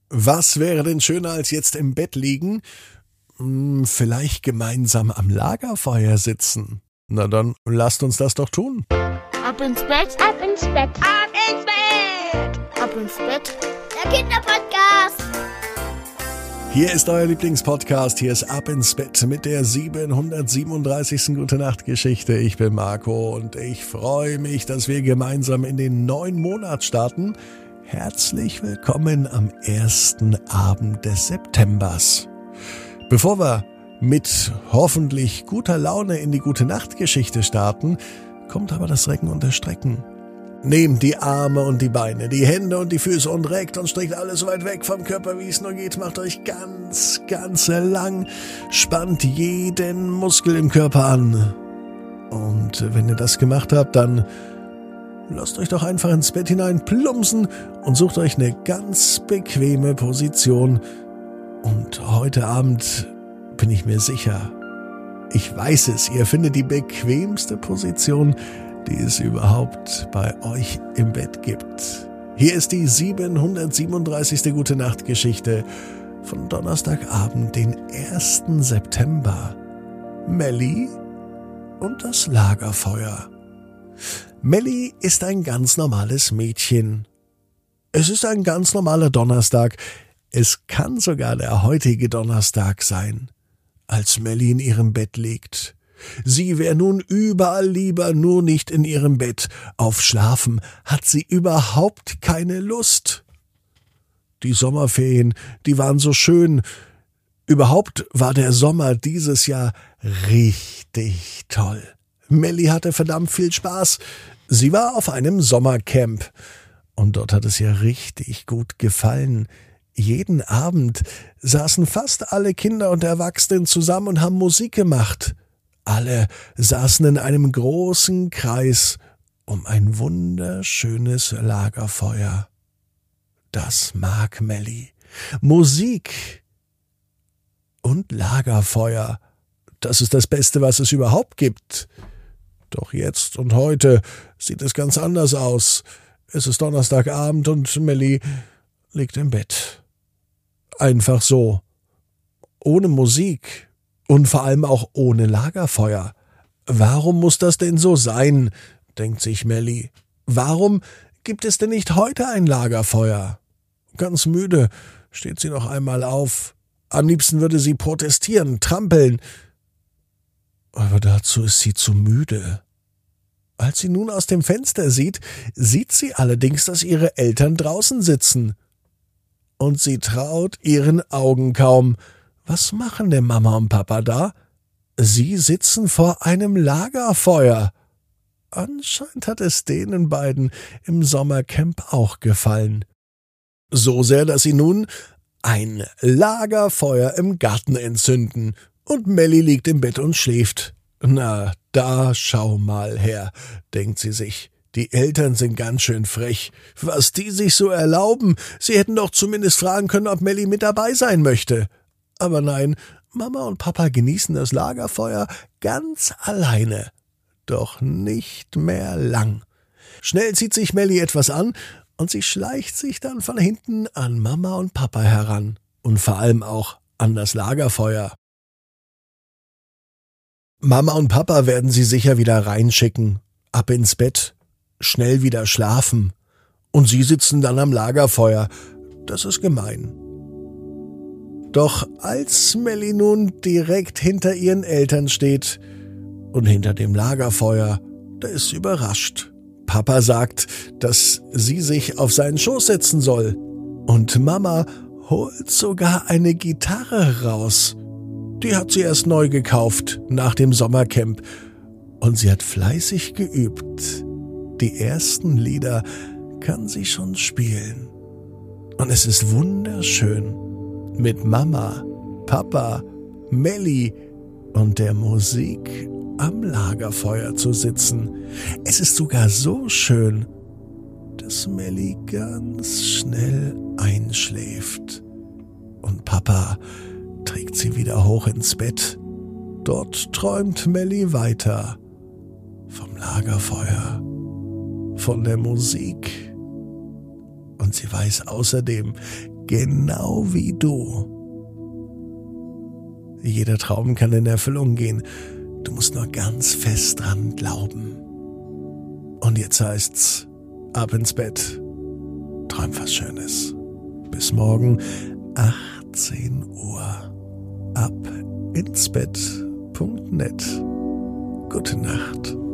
Was wäre denn schöner als jetzt im Bett liegen? Vielleicht gemeinsam am Lagerfeuer sitzen. Na dann, lasst uns das doch tun. Ab ins Bett, ab ins Bett, ab ins Bett, ab ins Bett. Der Kinderpodcast. Hier ist euer Lieblingspodcast. Hier ist Ab ins Bett mit der 737. Gute-Nacht-Geschichte. Ich bin Marco und ich freue mich, dass wir gemeinsam in den neuen Monat starten. Herzlich willkommen am ersten Abend des Septembers. Bevor wir mit hoffentlich guter Laune in die Gute-Nacht-Geschichte starten, kommt aber das Recken und das Strecken. Nehmt die Arme und die Beine, die Hände und die Füße und reckt und streckt alles so weit weg vom Körper, wie es nur geht. Macht euch ganz lang, spannt jeden Muskel im Körper an. Und wenn ihr das gemacht habt, dann lasst euch doch einfach ins Bett hinein plumpsen und sucht euch eine ganz bequeme Position. Und heute Abend bin ich mir sicher, ich weiß es, ihr findet die bequemste Position, die es überhaupt bei euch im Bett gibt. Hier ist die 737. Gute-Nacht-Geschichte von Donnerstagabend, den 1. September. Melli und das Lagerfeuer. Melli ist ein ganz normales Mädchen. Es ist ein ganz normaler Donnerstag. Es kann sogar der heutige Donnerstag sein, als Melli in ihrem Bett liegt. Sie wäre nun überall lieber, nur nicht in ihrem Bett. Auf Schlafen hat sie überhaupt keine Lust. Die Sommerferien, die waren so schön. Überhaupt war der Sommer dieses Jahr richtig toll. Melli hatte verdammt viel Spaß. Sie war auf einem Sommercamp. Und dort hat es ihr richtig gut gefallen. Jeden Abend saßen fast alle Kinder und Erwachsenen zusammen und haben Musik gemacht. Alle saßen in einem großen Kreis um ein wunderschönes Lagerfeuer. Das mag Melli. Musik und Lagerfeuer, das ist das Beste, was es überhaupt gibt. Doch jetzt und heute sieht es ganz anders aus. Es ist Donnerstagabend und Melli liegt im Bett. Einfach so. Ohne Musik. Und vor allem auch ohne Lagerfeuer. Warum muss das denn so sein, denkt sich Melli. Warum gibt es denn nicht heute ein Lagerfeuer? Ganz müde steht sie noch einmal auf. Am liebsten würde sie protestieren, trampeln. Aber dazu ist sie zu müde. Als sie nun aus dem Fenster sieht, sieht sie allerdings, dass ihre Eltern draußen sitzen. Und sie traut ihren Augen kaum. Was machen denn Mama und Papa da? Sie sitzen vor einem Lagerfeuer. Anscheinend hat es denen beiden im Sommercamp auch gefallen. So sehr, dass sie nun ein Lagerfeuer im Garten entzünden. Und Melli liegt im Bett und schläft. Na, da schau mal her, denkt sie sich. Die Eltern sind ganz schön frech. Was die sich so erlauben. Sie hätten doch zumindest fragen können, ob Melli mit dabei sein möchte. Aber nein, Mama und Papa genießen das Lagerfeuer ganz alleine. Doch nicht mehr lang. Schnell zieht sich Melli etwas an und sie schleicht sich dann von hinten an Mama und Papa heran. Und vor allem auch an das Lagerfeuer. Mama und Papa werden sie sicher wieder reinschicken. Ab ins Bett. Schnell wieder schlafen. Und sie sitzen dann am Lagerfeuer. Das ist gemein. Doch als Melli nun direkt hinter ihren Eltern steht und hinter dem Lagerfeuer, da ist sie überrascht. Papa sagt, dass sie sich auf seinen Schoß setzen soll. Und Mama holt sogar eine Gitarre raus. Die hat sie erst neu gekauft nach dem Sommercamp. Und sie hat fleißig geübt. Die ersten Lieder kann sie schon spielen. Und es ist wunderschön, mit Mama, Papa, Melli und der Musik am Lagerfeuer zu sitzen. Es ist sogar so schön, dass Melli ganz schnell einschläft. Und Papa trägt sie wieder hoch ins Bett. Dort träumt Melli weiter vom Lagerfeuer, von der Musik. Und sie weiß außerdem Genau wie du. Jeder Traum kann in Erfüllung gehen. Du musst nur ganz fest dran glauben. Und jetzt heißt's, ab ins Bett. Träum was Schönes. Bis morgen, 18 Uhr. Abinsbett.net. Gute Nacht.